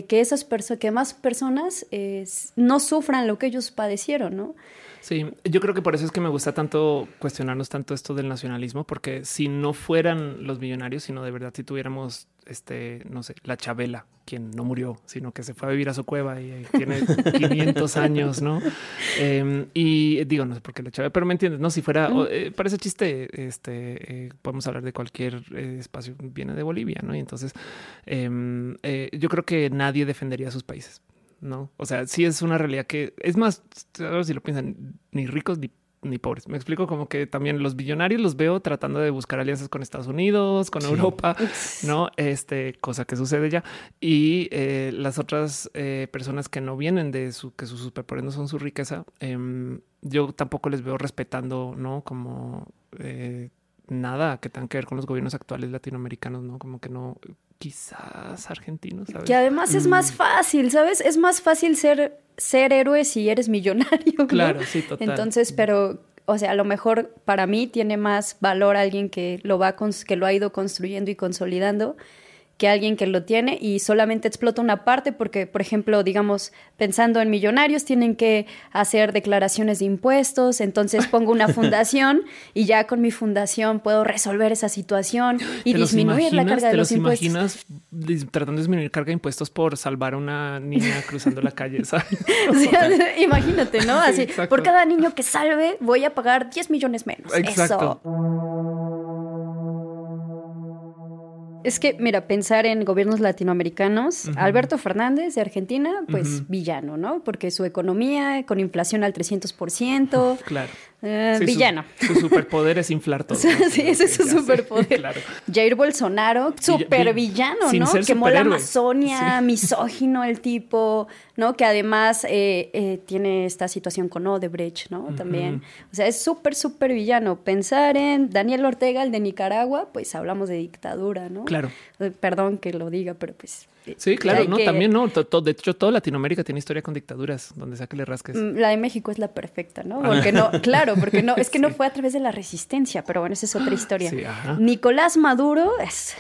que más personas no sufran lo que ellos padecieron, ¿no? Sí, yo creo que por eso es que me gusta tanto cuestionarnos tanto esto del nacionalismo, porque si no fueran los millonarios, sino de verdad si tuviéramos no sé, la Chabela, quien no murió, sino que se fue a vivir a su cueva y tiene 500 años, ¿no? Y digo, no sé por qué la Chabela, pero me entiendes, ¿no? Si fuera, para ese chiste, podemos hablar de cualquier espacio, viene de Bolivia, ¿no? Y entonces yo creo que nadie defendería a sus países, ¿no? O sea, sí es una realidad que, es más, si lo piensan, ni ricos ni pobres. Me explico, como que también los billonarios los veo tratando de buscar alianzas con Estados Unidos, con Europa, ¿no? Cosa que sucede ya. Y las otras personas que no vienen de que sus superpoderes no son su riqueza, yo tampoco les veo respetando, ¿no? Como nada que tenga que ver con los gobiernos actuales latinoamericanos, ¿no? Como que no, quizás argentinos, ¿sabes? Que además es más fácil, ¿sabes? Es más fácil ser héroe si eres millonario, ¿no? Claro, sí, total. Entonces, pero, o sea, a lo mejor para mí tiene más valor alguien que que lo ha ido construyendo y consolidando, que alguien que lo tiene y solamente explota una parte porque, por ejemplo, digamos, pensando en millonarios, tienen que hacer declaraciones de impuestos, entonces pongo una fundación y ya con mi fundación puedo resolver esa situación y disminuir la carga de los impuestos. ¿Te los imaginas tratando de disminuir carga de impuestos por salvar a una niña cruzando la calle? ¿Sabes? Sí, imagínate, ¿no? Así, sí, por cada niño que salve voy a pagar 10 millones menos. Exacto. Eso. Es que, mira, pensar en gobiernos latinoamericanos, Alberto Fernández de Argentina, pues villano, ¿no? Porque su economía con inflación al 300%. Claro. Sí, villano. Su superpoder es inflar todo. Sí, ese es su superpoder. Claro. Jair Bolsonaro, súper villano, ¿no? Quemó la Amazonia, misógino el tipo, ¿no? Que además tiene esta situación con Odebrecht, ¿no? También. O sea, es súper villano. Pensar en Daniel Ortega, el de Nicaragua, pues hablamos de dictadura, ¿no? Claro. Perdón que lo diga, pero pues... Sí, claro, no, también no. De hecho, toda Latinoamérica tiene historia con dictaduras, donde sea que le rasques. La de México es la perfecta, ¿no? Porque no, claro, porque no, es que no fue a través de la resistencia, pero bueno, esa es otra historia. Sí, Nicolás Maduro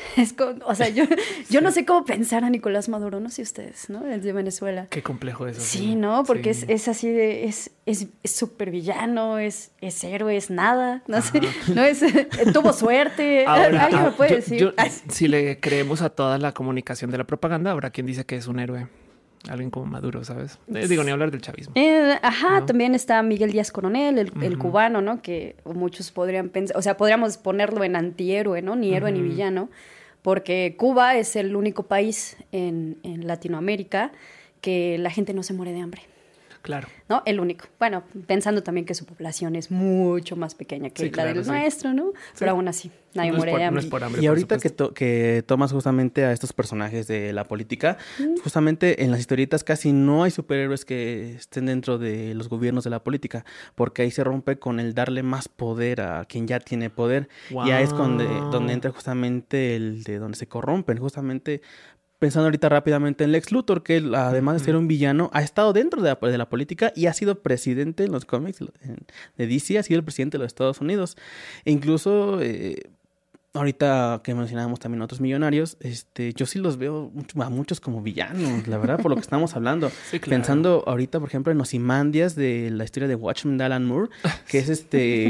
o sea, yo no sé cómo pensar a Nicolás Maduro, no sé ustedes, ¿no? El de Venezuela. Qué complejo eso. Sí, ¿no? Porque es así de, es súper villano, es héroe, es nada, no sé, no es, tuvo suerte. Ahora, ¿alguien me puede decir? Si le creemos a toda la comunicación de la propaganda, habrá quien dice que es un héroe. Alguien como Maduro, ¿sabes? Digo, ni hablar del chavismo. ¿No? También está Miguel Díaz Coronel, el cubano, ¿no? Que muchos podrían pensar, o sea, podríamos ponerlo en antihéroe, ¿no? Ni héroe ni villano, porque Cuba es el único país en Latinoamérica que la gente no se muere de hambre. Claro. ¿No? El único. Bueno, pensando también que su población es mucho más pequeña que la del nuestro, ¿no? Pero aún así, nadie muere de hambre. No es por hambre. Y ahorita que tomas justamente a estos personajes de la política, justamente en las historietas casi no hay superhéroes que estén dentro de los gobiernos de la política, porque ahí se rompe con el darle más poder a quien ya tiene poder. Wow. Y ahí es donde entra justamente el de donde se corrompen, justamente... Pensando ahorita rápidamente en Lex Luthor, que él, además de ser un villano, ha estado dentro de la política y ha sido presidente en los cómics de DC, ha sido el presidente de los Estados Unidos. E incluso, ahorita que mencionábamos también a otros millonarios, yo sí los veo a muchos como villanos, la verdad, por lo que estamos hablando. Sí, claro. Pensando ahorita, por ejemplo, en Ozymandias de la historia de Watchmen de Alan Moore, que es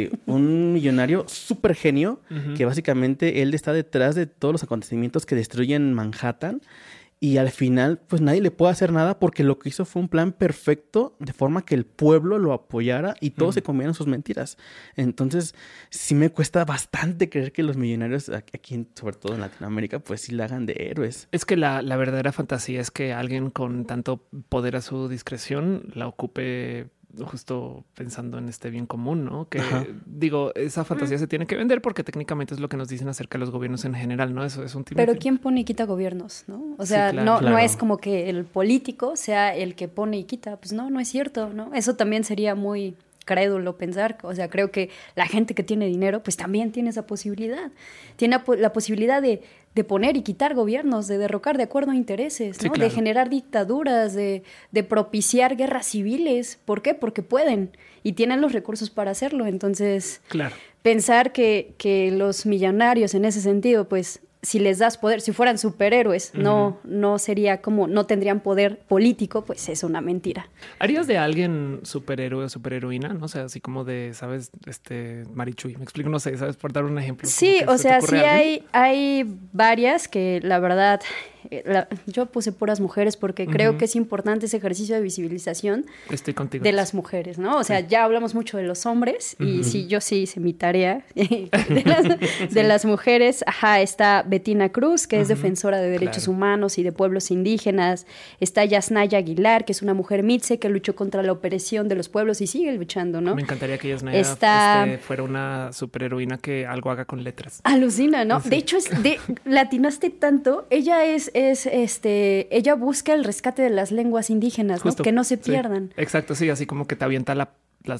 un millonario súper genio, que básicamente él está detrás de todos los acontecimientos que destruyen Manhattan. Y al final, pues nadie le puede hacer nada porque lo que hizo fue un plan perfecto de forma que el pueblo lo apoyara y todos se comieran sus mentiras. Entonces, sí me cuesta bastante creer que los millonarios aquí, sobre todo en Latinoamérica, pues sí la hagan de héroes. Es que la verdadera fantasía es que alguien con tanto poder a su discreción la ocupe justo pensando en este bien común, ¿no? Que digo, esa fantasía se tiene que vender porque técnicamente es lo que nos dicen acerca de los gobiernos en general, ¿no? Eso es un tipo. Pero ¿quién pone y quita gobiernos, no? O sea, sí, claro, no es como que el político sea el que pone y quita. Pues no es cierto, ¿no? Eso también sería muy crédulo pensar. O sea, creo que la gente que tiene dinero, pues también tiene esa posibilidad. Tiene la posibilidad de poner y quitar gobiernos, de derrocar de acuerdo a intereses, ¿no? Sí, claro. De generar dictaduras, de propiciar guerras civiles. ¿Por qué? Porque pueden y tienen los recursos para hacerlo. Entonces, claro, pensar que los millonarios en ese sentido, pues si les das poder, si fueran superhéroes, no sería como, no tendrían poder político, pues es una mentira. ¿Harías de alguien superhéroe o superheroína? No sé, así como de, ¿sabes? Marichuy, me explico, no sé, ¿sabes? Por dar un ejemplo. Sí, o sea, sí hay varias que la verdad, yo puse puras mujeres porque creo que es importante ese ejercicio de visibilización. Estoy contigo. De las mujeres, ¿no? O sea, ya hablamos mucho de los hombres y sí, yo sí hice mi tarea de las mujeres. Ajá, está Betina Cruz, que es defensora de derechos humanos y de pueblos indígenas. Está Yasnaya Aguilar, que es una mujer mitse que luchó contra la opresión de los pueblos y sigue luchando, ¿no? Me encantaría que Yasnaya fuera una superheroína que algo haga con letras. Alucina, ¿no? Sí. De hecho, latinaste tanto. Ella ella busca el rescate de las lenguas indígenas, justo, ¿no? Que no se pierdan. Sí. Exacto, sí, así como que te avienta letras,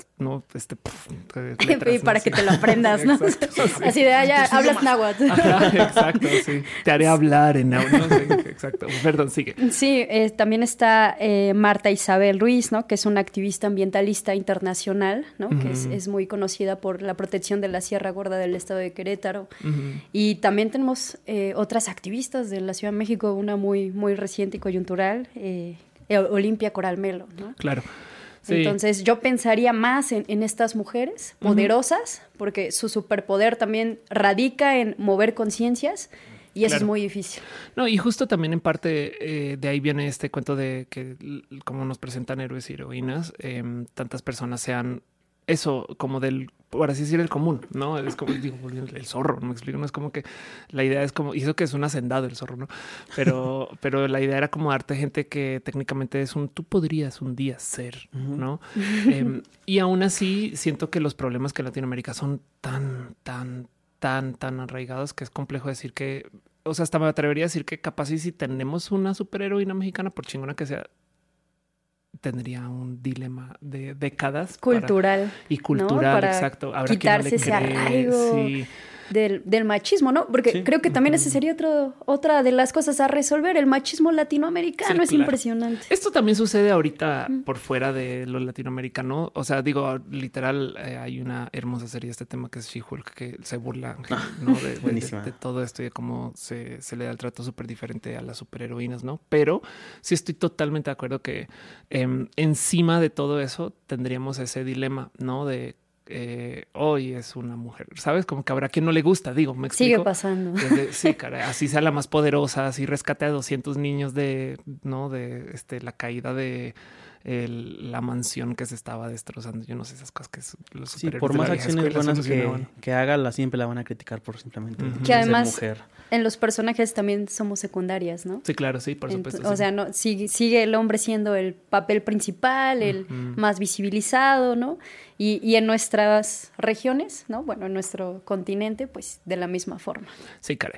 y para que te lo aprendas, ¿no? Exacto, sí. Así de allá hablas náhuatl. Exacto, sí. Te haré hablar en náhuatl. ¿No? Sí, exacto. Perdón, sigue. Sí, también está Marta Isabel Ruiz, ¿no? Que es una activista ambientalista internacional, ¿no? Que es muy conocida por la protección de la Sierra Gorda del estado de Querétaro. Y también tenemos otras activistas de la Ciudad de México, una muy, muy reciente y coyuntural, Olimpia Coral Melo, ¿no? Claro. Sí. Entonces yo pensaría más en estas mujeres poderosas, porque su superpoder también radica en mover conciencias y eso es muy difícil. No, y justo también en parte de ahí viene este cuento de que como nos presentan héroes y heroínas, tantas personas sean eso como por así decir, el común, ¿no? Es como, digo, el zorro, no me explico, no es como que la idea es como, y eso que es un hacendado el zorro, ¿no? Pero la idea era como darte gente que técnicamente tú podrías un día ser, ¿no? Y aún así siento que los problemas que en Latinoamérica son tan arraigados que es complejo decir que, o sea, hasta me atrevería a decir que capaz y si tenemos una superheroína mexicana, por chingona que sea, tendría un dilema de décadas cultural, ¿no? Para exacto. Habrá quitarse ese arraigo del machismo, ¿no? Porque creo que también ese sería otra de las cosas a resolver. El machismo latinoamericano es impresionante. Esto también sucede ahorita por fuera de lo latinoamericano. O sea, digo, literal, hay una hermosa serie de este tema que es She-Hulk, que se burla, ¿no? de todo esto y de cómo se le da el trato súper diferente a las superheroínas, ¿no? Pero sí estoy totalmente de acuerdo que encima de todo eso tendríamos ese dilema, ¿no? De hoy es una mujer, ¿sabes? Como que habrá quien no le gusta, digo, me explico. Sigue pasando. Sí, cara, así sea la más poderosa, así rescate a 200 niños de la caída de la mansión que se estaba destrozando. Yo no sé esas cosas que los superhéroes por más acciones buenas que haga, siempre la van a criticar por simplemente que además ser mujer. En los personajes también somos secundarias, ¿no? Sí, claro, sí, por supuesto. O sea, no sigue el hombre siendo el papel principal, el más visibilizado, ¿no? Y en nuestras regiones, ¿no? Bueno, en nuestro continente, pues de la misma forma. Sí, caray.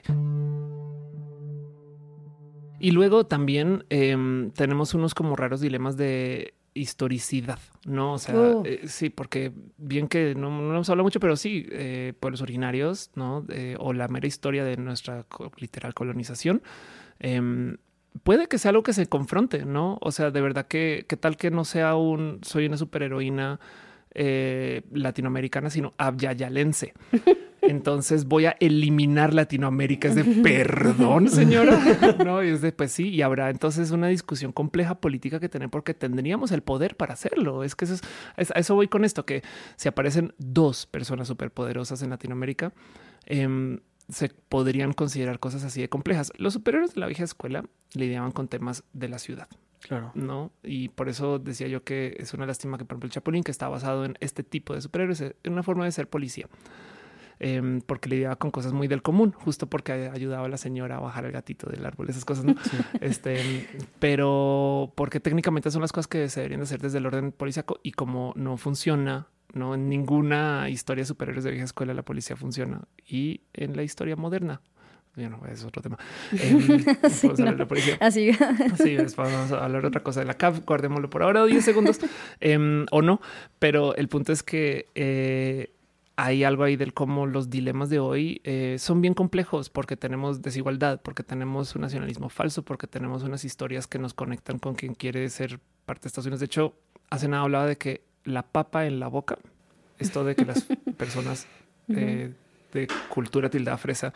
Y luego también tenemos unos como raros dilemas de historicidad, ¿no? O sea, sí, porque bien que no hemos hablado mucho, pero sí, pueblos originarios, ¿no? O la mera historia de nuestra literal colonización, puede que sea algo que se confronte, ¿no? O sea, de verdad que tal que no sea soy una superheroína latinoamericana, sino abyayalense. Entonces voy a eliminar Latinoamérica. Es de perdón, señora. No, y es de pues sí. Y habrá entonces una discusión compleja política que tener porque tendríamos el poder para hacerlo. Es que a eso voy con esto, que si aparecen dos personas superpoderosas en Latinoamérica, se podrían considerar cosas así de complejas. Los superiores de la vieja escuela lidiaban con temas de la ciudad. Claro. No. Y por eso decía yo que es una lástima que, por ejemplo, el Chapulín, que está basado en este tipo de superhéroes, en una forma de ser policía. Porque lidiaba con cosas muy del común, justo porque ayudaba a la señora a bajar el gatito del árbol, esas cosas, ¿no? Sí. Pero porque técnicamente son las cosas que se deberían de hacer desde el orden policíaco y como no funciona, no en ninguna historia de superhéroes de vieja escuela la policía funciona y en la historia moderna. Bueno, es otro tema. Sí, no. La policía. Así. Sí, vamos a hablar de otra cosa de la CAF. Guardémoslo por ahora 10 segundos o no. Pero el punto es que hay algo ahí del cómo los dilemas de hoy son bien complejos porque tenemos desigualdad, porque tenemos un nacionalismo falso, porque tenemos unas historias que nos conectan con quien quiere ser parte de Estados Unidos. De hecho, hace nada hablaba de que la papa en la boca, esto de que las personas de cultura tilda fresa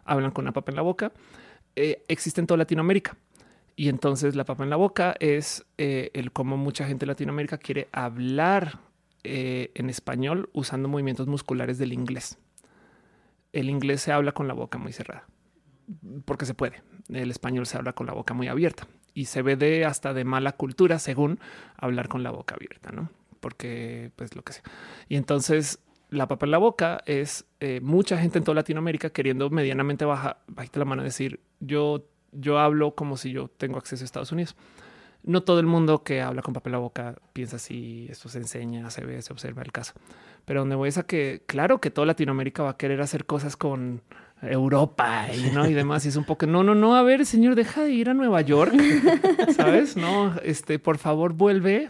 hablan con una papa en la boca. Existe en toda Latinoamérica. Y entonces la papa en la boca es el cómo mucha gente de Latinoamérica quiere hablar en español usando movimientos musculares del inglés. El inglés se habla con la boca muy cerrada porque se puede. El español se habla con la boca muy abierta y se ve hasta de mala cultura según hablar con la boca abierta, ¿no? Porque pues lo que sea. Y entonces la papa en la boca es mucha gente en toda Latinoamérica queriendo medianamente bajita la mano, decir yo hablo como si yo tengo acceso a Estados Unidos. No todo el mundo que habla con papa en la boca piensa así, esto se enseña, se ve, se observa el caso. Pero donde voy es a que, claro que toda Latinoamérica va a querer hacer cosas con Europa y demás. Y es un poco, no, a ver, señor, deja de ir a Nueva York, ¿sabes? No, por favor, vuelve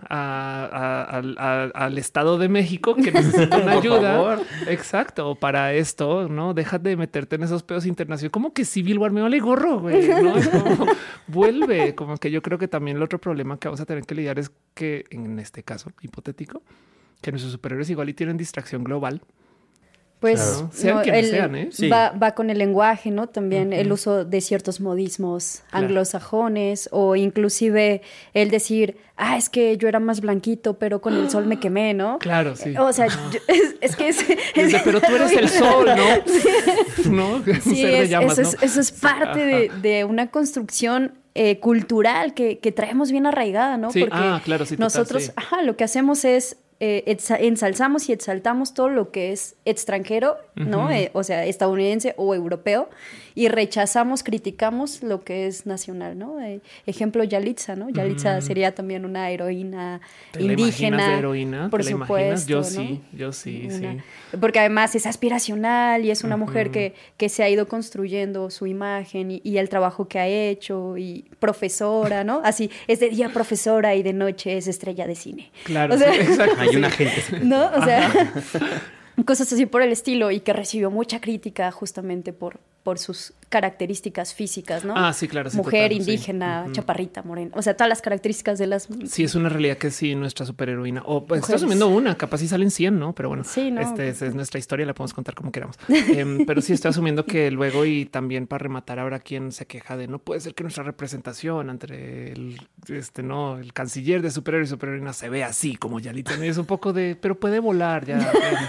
al Estado de México que necesita una ayuda. Favor. Exacto, para esto, ¿no? Deja de meterte en esos pedos internacionales. Como que Civil War me vale gorro, güey, ¿no? Es como, vuelve. Como que yo creo que también el otro problema que vamos a tener que lidiar es que, en este caso hipotético, que nuestros superhéroes igual y tienen distracción global. Pues claro. Sean quienes sean, ¿eh? Sí. Va con el lenguaje, ¿no? También el uso de ciertos modismos anglosajones o inclusive el decir, es que yo era más blanquito, pero con el sol me quemé, ¿no? Claro, sí. O sea, es que pero tú eres el sol, ¿no? Sí. ¿No? Sí, eso es parte de una construcción cultural que traemos bien arraigada, ¿no? Sí. Porque claro, sí, nosotros, total, sí. Lo que hacemos es ensalzamos y exaltamos todo lo que es extranjero, ¿no? O sea, estadounidense o europeo, y rechazamos, criticamos lo que es nacional, ¿no? Ejemplo, Yalitza, ¿no? Yalitza sería también una heroína indígena. ¿Te la heroína? Por supuesto, yo ¿no? sí. Porque además es aspiracional y es una mujer que se ha ido construyendo su imagen y el trabajo que ha hecho, y profesora, ¿no? Así, es de día profesora y de noche es estrella de cine. Claro, o sea, sí, exacto. Hay una gente. ¿No? O sea, cosas así por el estilo, y que recibió mucha crítica justamente por sus características físicas, ¿no? Sí, claro. Sí, mujer, total, indígena, chaparrita, morena. O sea, todas las características de las... Sí, es una realidad que sí, nuestra superheroína. O pues estoy asumiendo una, capaz si salen 100, ¿no? Pero bueno, sí, no, esa es nuestra historia, la podemos contar como queramos. Pero sí estoy asumiendo que luego, y también para rematar, habrá quien se queja de no puede ser que nuestra representación entre el canciller de superhéroe y superheroína se vea así como Yalitza. Es un poco de, pero puede volar ya.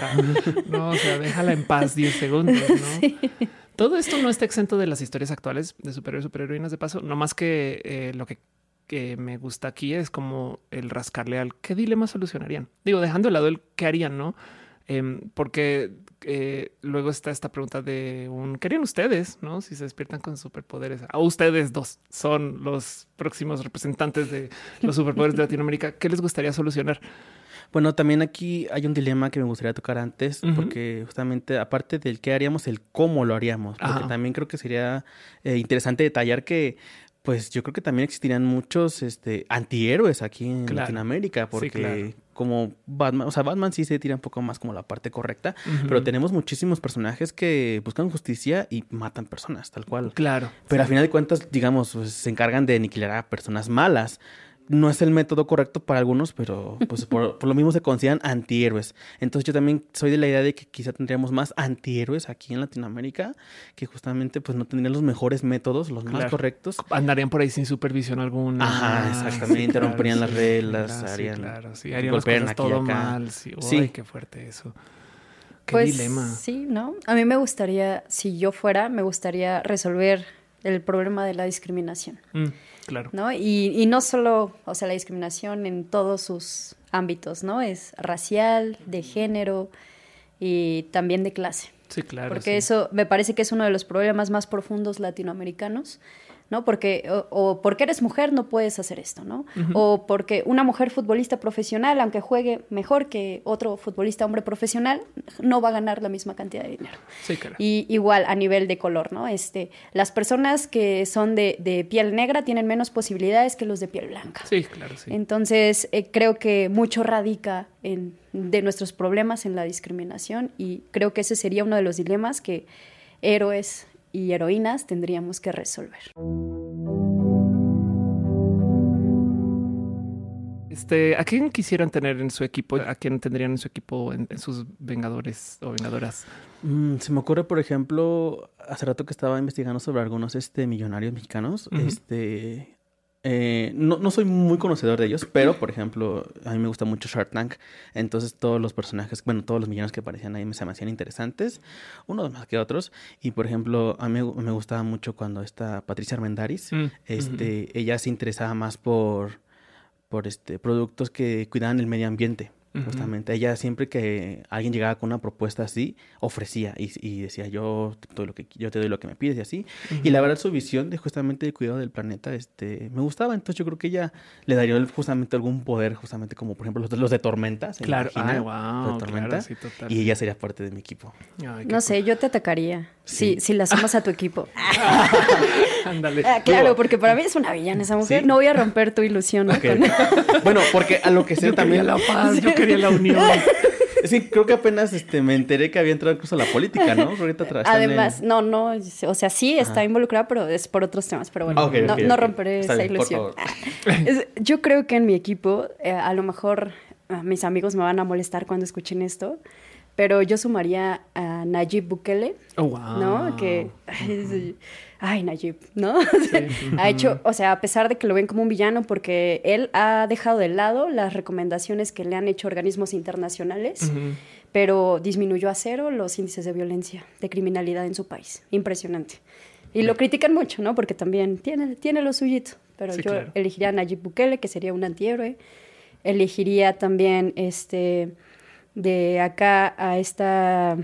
No, o sea, déjala en paz 10 segundos, ¿no? Sí. Todo esto no está exento de las historias actuales de superhéroes y superheroínas, de paso, no más que lo que me gusta aquí es como el rascarle al qué dilema solucionarían. Digo, dejando de lado el qué harían, ¿no? Porque luego está esta pregunta de ¿qué harían ustedes, no? Si se despiertan con superpoderes. Ustedes dos son los próximos representantes de los superpoderes de Latinoamérica. ¿Qué les gustaría solucionar? Bueno, también aquí hay un dilema que me gustaría tocar antes, porque justamente aparte del qué haríamos, el cómo lo haríamos, porque también creo que sería interesante detallar que pues yo creo que también existirían muchos antihéroes aquí en Latinoamérica, porque como Batman, o sea, Batman sí se tira un poco más como la parte correcta, pero tenemos muchísimos personajes que buscan justicia y matan personas, tal cual. Claro. Pero al final de cuentas, digamos, pues, se encargan de aniquilar a personas malas. No es el método correcto para algunos, pero pues por lo mismo se consideran antihéroes. Entonces yo también soy de la idea de que quizá tendríamos más antihéroes aquí en Latinoamérica, que justamente pues no tendrían los mejores métodos, los más correctos. Andarían por ahí sin supervisión alguna. Ajá, exactamente. Sí, romperían las reglas, harían harían las cosas todo mal. Sí, qué fuerte eso. Qué dilema. Sí, ¿no? A mí me gustaría, si yo fuera, me gustaría resolver el problema de la discriminación. Claro. ¿No? Y no solo, o sea, la discriminación en todos sus ámbitos, ¿no? Es racial, de género y también de clase. Sí, claro. Porque eso me parece que es uno de los problemas más profundos latinoamericanos, ¿no? Porque o porque eres mujer no puedes hacer esto, ¿no? O porque una mujer futbolista profesional, aunque juegue mejor que otro futbolista hombre profesional, no va a ganar la misma cantidad de dinero. Sí, claro. Y igual a nivel de color, ¿no? Las personas que son de piel negra tienen menos posibilidades que los de piel blanca. Sí, claro, sí. Entonces, creo que mucho radica de nuestros problemas en la discriminación, y creo que ese sería uno de los dilemas que héroes y heroínas tendríamos que resolver. ¿A quién quisieran tener en su equipo? ¿A quién tendrían en su equipo en sus Vengadores o Vengadoras? Se me ocurre, por ejemplo, hace rato que estaba investigando sobre algunos millonarios mexicanos. No soy muy conocedor de ellos, pero, por ejemplo, a mí me gusta mucho Shark Tank. Entonces, todos los personajes, todos los villanos que aparecían ahí se me hacían interesantes. Unos más que otros. Y, por ejemplo, a mí me gustaba mucho cuando esta Patricia Armendáriz, ella se interesaba más por productos que cuidaban el medio ambiente. Justamente, ella siempre que alguien llegaba con una propuesta así, ofrecía y decía, yo te doy lo que me pides y así. Y la verdad, su visión de justamente el cuidado del planeta, me gustaba. Entonces yo creo que ella le daría justamente algún poder, justamente como por ejemplo los de Tormenta. Claro, wow, de Tormenta. Claro, sí, total. Y ella sería parte de mi equipo. Ay, no sé, yo te atacaría. Sí. Si la sumas a tu equipo. Ándale. Claro, porque para mí es una villana esa mujer. ¿Sí? No voy a romper tu ilusión. ¿No? Okay. Bueno, porque a lo que sé también la paz, yo quería la unión. Sí, creo que apenas me enteré que había entrado incluso a la política, ¿no? Además, no, o sea, sí está involucrada, pero es por otros temas. Pero bueno, no romperé esa ilusión. Yo creo que en mi equipo, a lo mejor mis amigos me van a molestar cuando escuchen esto, pero yo sumaría a Nayib Bukele, ¿no? Que, Nayib, ¿no? Sí. Ha hecho, o sea, a pesar de que lo ven como un villano, porque él ha dejado de lado las recomendaciones que le han hecho organismos internacionales, pero disminuyó a cero los índices de violencia, de criminalidad en su país. Impresionante. Y lo critican mucho, ¿no? Porque también tiene lo suyito, pero yo elegiría a Nayib Bukele, que sería un antihéroe. Elegiría también, de acá a esta,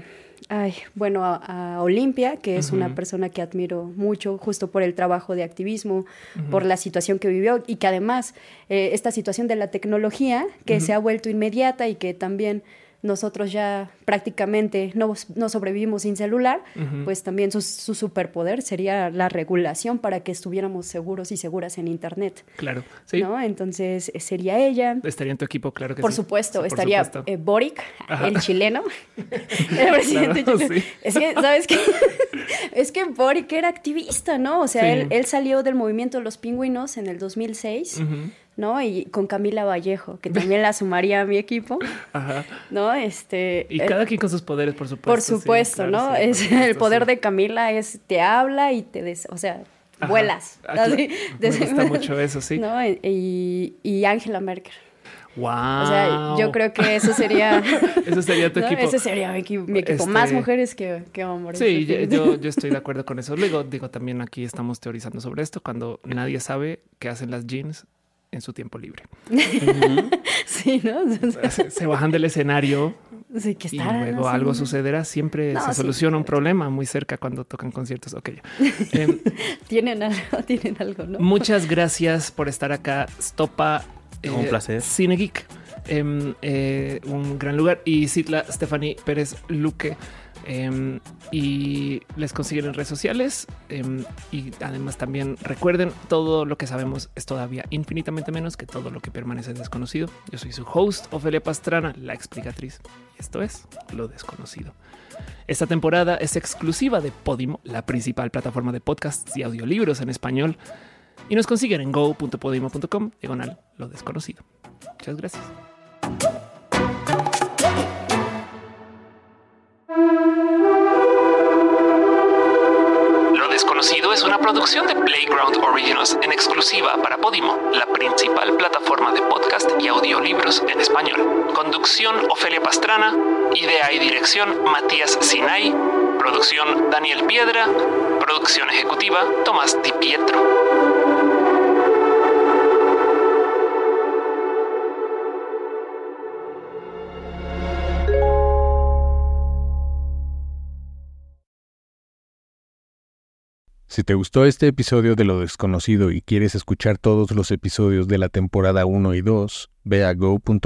a Olimpia, que es una persona que admiro mucho, justo por el trabajo de activismo, por la situación que vivió, y que además esta situación de la tecnología, que se ha vuelto inmediata y que también nosotros ya prácticamente no sobrevivimos sin celular, pues también su superpoder sería la regulación para que estuviéramos seguros y seguras en Internet. Claro, sí. ¿No? Entonces, sería ella. Estaría en tu equipo, claro que por sí. Supuesto, sí, estaría Boric, el chileno, el presidente chileno. Sí. Es que, ¿sabes qué? Es que Boric era activista, ¿no? O sea, él salió del movimiento de los pingüinos en el 2006, ¿no? Y con Camila Vallejo, que también la sumaría a mi equipo, ¿no? Y cada quien con sus poderes, por supuesto. Por supuesto, sí, claro, ¿no? Sí, el poder de Camila te habla y vuelas. Me gusta mucho eso, sí. ¿No? Y Angela Merkel. Wow. O sea, yo creo que eso sería... Eso sería tu equipo. Ese sería mi equipo. Más mujeres que hombres. Sí, yo estoy de acuerdo con eso. Luego, también aquí estamos teorizando sobre esto cuando nadie sabe qué hacen las jeans en su tiempo libre. Sí, ¿no? Se bajan del escenario. Sí, que y luego algo sucederá. Siempre se soluciona un problema muy cerca cuando tocan conciertos. Ok. Tienen algo, ¿no? Muchas gracias por estar acá. Stopa. Un placer. Cine Geek. Un gran lugar. Y Citla Stephanie Pérez Luque. Y les consiguen en redes sociales. Y además también recuerden, todo lo que sabemos es todavía infinitamente menos que todo lo que permanece desconocido. Yo soy su host, Ofelia Pastrana, la explicatriz. Y esto es Lo Desconocido. Esta temporada es exclusiva de Podimo, la principal plataforma de podcasts y audiolibros en español. Y nos consiguen en go.podimo.com/Lo Desconocido. Muchas gracias. Lo Desconocido es una producción de Playground Originals en exclusiva para Podimo, la principal plataforma de podcast y audiolibros en español. Conducción Ofelia Pastrana, idea y dirección Matías Sinay, producción Daniel Piedra, producción ejecutiva Tomás Di Pietro. Si te gustó este episodio de Lo Desconocido y quieres escuchar todos los episodios de la temporada 1 y 2, ve a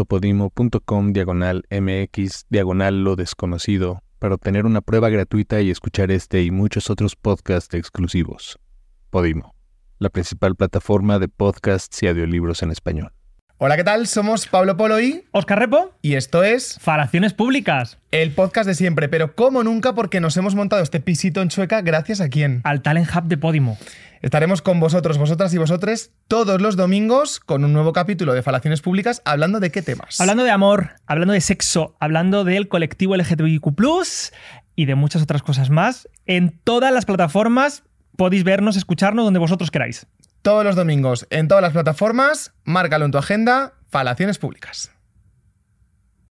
go.podimo.com/mx/Lo Desconocido para obtener una prueba gratuita y escuchar este y muchos otros podcasts exclusivos. Podimo, la principal plataforma de podcasts y audiolibros en español. Hola, ¿qué tal? Somos Pablo Polo y Óscar Repo. Y esto es Falaciones Públicas. El podcast de siempre, pero como nunca porque nos hemos montado este pisito en Chueca gracias a quién. Al Talent Hub de Podimo. Estaremos con vosotros, vosotras y vosotres todos los domingos con un nuevo capítulo de Falaciones Públicas. ¿Hablando de qué temas? Hablando de amor, hablando de sexo, hablando del colectivo LGTBIQ+, y de muchas otras cosas más. En todas las plataformas podéis vernos, escucharnos donde vosotros queráis. Todos los domingos, en todas las plataformas, márcalo en tu agenda, Falaciones Públicas.